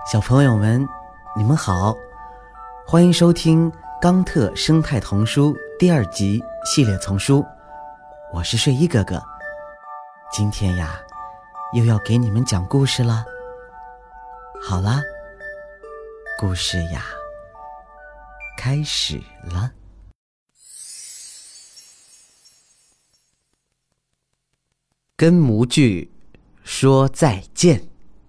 小朋友们，你们好，欢迎收听冈特生态童书第2集系列丛书，我是睡衣哥哥。今天呀，又要给你们讲故事了。好啦，故事呀，开始了。跟模具说再见。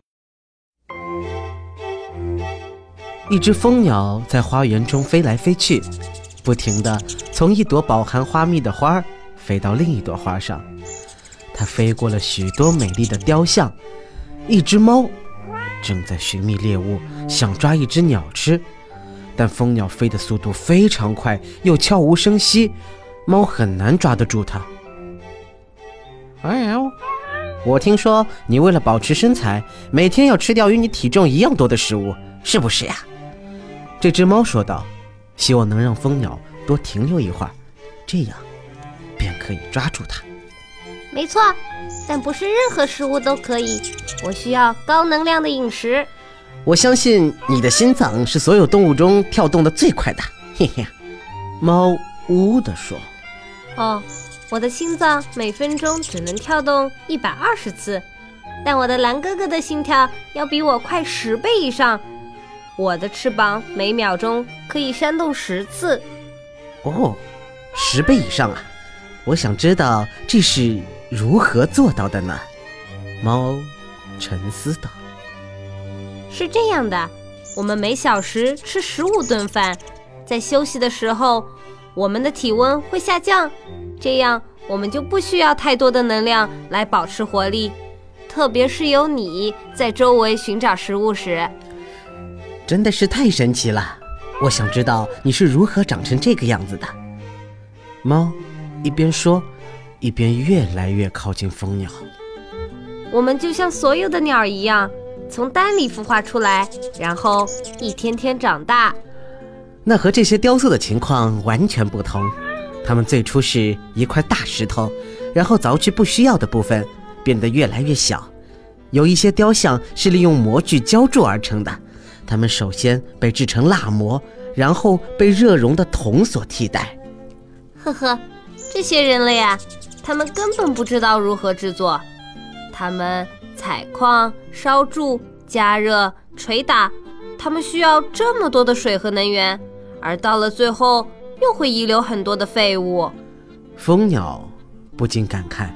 一只蜂鸟在花园中飞来飞去，不停地从一朵饱含花蜜的花飞到另一朵花上。它飞过了许多美丽的雕像。一只猫正在寻觅猎物，想抓一只鸟吃，但蜂鸟飞的速度非常快，又悄无声息，猫很难抓得住它。哎呦，我听说你为了保持身材，每天要吃掉与你体重一样多的食物，是不是呀？这只猫说道，希望能让蜂鸟多停留一会儿，这样便可以抓住它。 没错，但不是任何食物都可以，我需要高能量的饮食。 我相信你的心脏是所有动物中跳动的最快的，嘿嘿。猫呜呜地说。 哦，我的心脏每分钟只能跳动120次，但我的蓝哥哥的心跳要比我快10倍以上。我的翅膀每秒钟可以扇动10次。 哦，10倍以上啊！我想知道这是如何做到的呢？猫沉思道。 是这样的，我们每小时吃15顿饭，在休息的时候，我们的体温会下降，这样我们就不需要太多的能量来保持活力，特别是有你在周围寻找食物时。 真的是太神奇了，我想知道你是如何长成这个样子的。猫一边说，一边越来越靠近蜂鸟。 我们就像所有的鸟一样，从蛋里孵化出来，然后一天天长大。 那和这些雕塑的情况完全不同，它们最初是一块大石头，然后凿去不需要的部分，变得越来越小。有一些雕像是利用模具浇铸而成的，它们首先被制成蜡模，然后被热熔的铜所替代。 呵呵，这些人类啊，他们根本不知道如何制作。他们采矿、烧铸、加热、捶打，他们需要这么多的水和能源，而到了最后又会遗留很多的废物。 蜂鸟不禁感慨，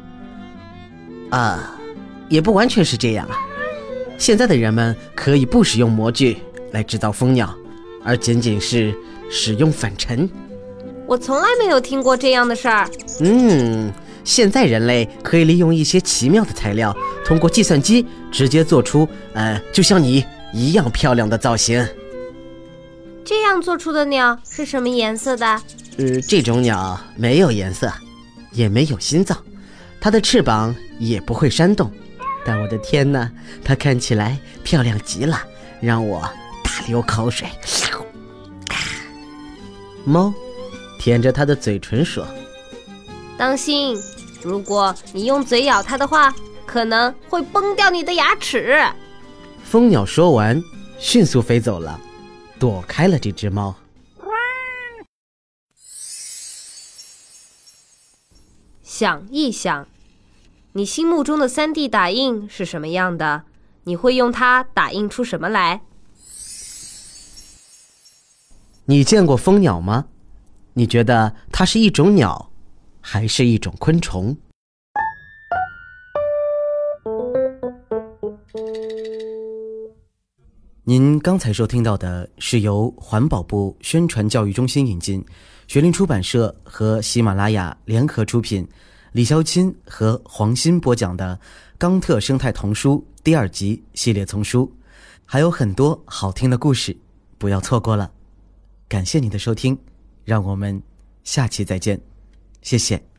也不完全是这样啊。现在的人们可以不使用模具来制造蜂鸟，而仅仅是使用粉尘。 我从来没有听过这样的事儿。 现在人类可以利用一些奇妙的材料，通过计算机直接做出就像你一样漂亮的造型。 这样做出的鸟是什么颜色的？ 这种鸟没有颜色，也没有心脏，它的翅膀也不会扇动。但我的天哪，它看起来漂亮极了，让我大流口水。猫舔着它的嘴唇说， 当心，如果你用嘴咬它的话，可能会崩掉你的牙齿。 蜂鸟说完，迅速飞走了，躲开了这只猫。 想一想，你心目中的3D 打印是什么样的？你会用它打印出什么来？ 你见过蜂鸟吗？你觉得它是一种鸟，还是一种昆虫？您刚才收听到的是由环保部宣传教育中心引进，学林出版社和喜马拉雅联合出品，李潇钦和黄鑫播讲的冈特生态童书第2集系列丛书，还有很多好听的故事，不要错过了。感谢你的收听，让我们下期再见，谢谢。